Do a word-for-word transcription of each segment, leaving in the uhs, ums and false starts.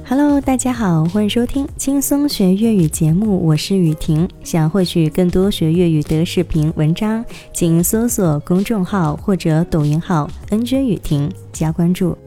Hello， 大家好，欢迎收听轻松学粤语节目，我是雨婷。想获取更多学粤语的视频文章，请搜索公众号或者抖音号 N J 雨婷加关注。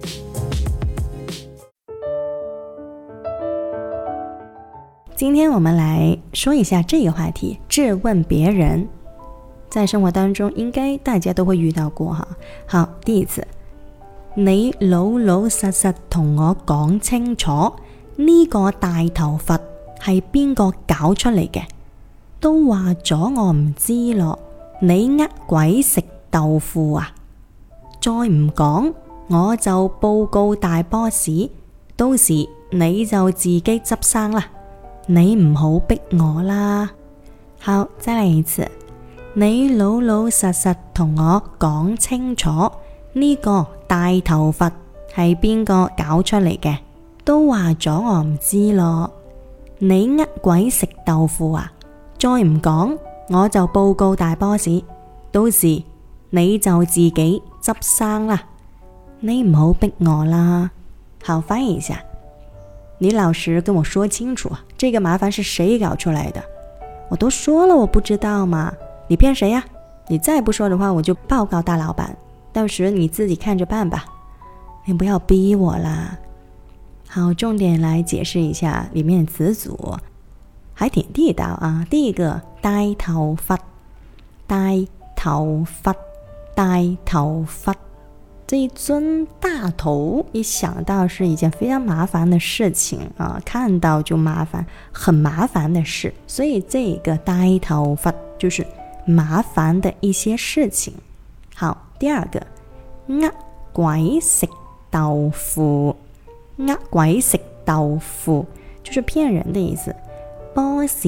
今天我们来说一下这个话题，质问别人。在生活当中应该大家都会遇到过哈。好，第一次，你老老實實同我講清楚，呢個大頭佛係邊個搞出嚟嘅？都話咗我唔知咯，你呃鬼食豆腐啊？再唔講，我就報告大 boss， 到時你就自己執生啦，你唔好逼我啦。好，再來一次，你老老實實同我講清楚，呢個大頭佛係邊個搞出嚟嘅？都話咗我唔知咯，你呃鬼食豆腐啊？再唔講，我就報告大 boss， 到時你就自己執生啦，你唔好逼我啦。好，翻譯一下，你老實跟我說清楚，這個麻煩是誰搞出來的？我都說了我不知道嘛，你騙誰呀？你再不說的話，我就報告大老闆，到時你自己看着辦吧，你不要逼我啦。好，重點來解釋一下裡面的詞組，還挺地道啊。第一個，大頭佛，大頭佛，大頭佛，這一尊大頭一想到是一件非常麻煩的事情啊，看到就麻煩，很麻煩的事，所以這個大頭佛就是麻煩的一些事情。好，第二個，呃鬼食豆腐，呃鬼食豆腐就是騙人的意思。boss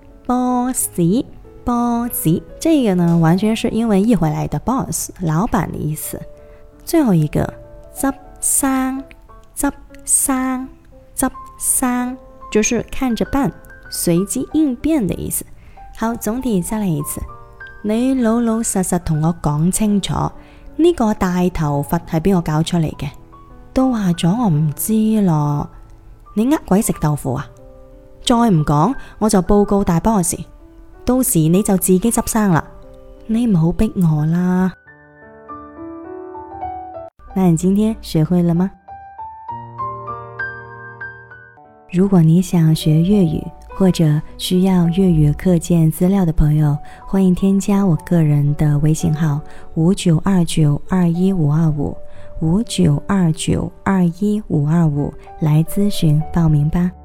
boss boss 這個呢完全是英文譯回來的 boss 老闆的意思。最後一個，執生執生執生就是看着辦，隨機應變的意思。好，總體再來一次，你老老實實同我講清楚，呢個大頭佛係邊個搞出嚟嘅？都話咗我唔知咯，你呃鬼食豆腐啊？再唔講，我就報告大 boss， 到時你就自己執生啦，你唔好逼我啦。那你今天學會了嗎？如果你想學粵語或者需要粵語課件資料的朋友，歡迎添加我個人的微信號五九二九二一五二五五九二九二一五二五來諮詢報名吧。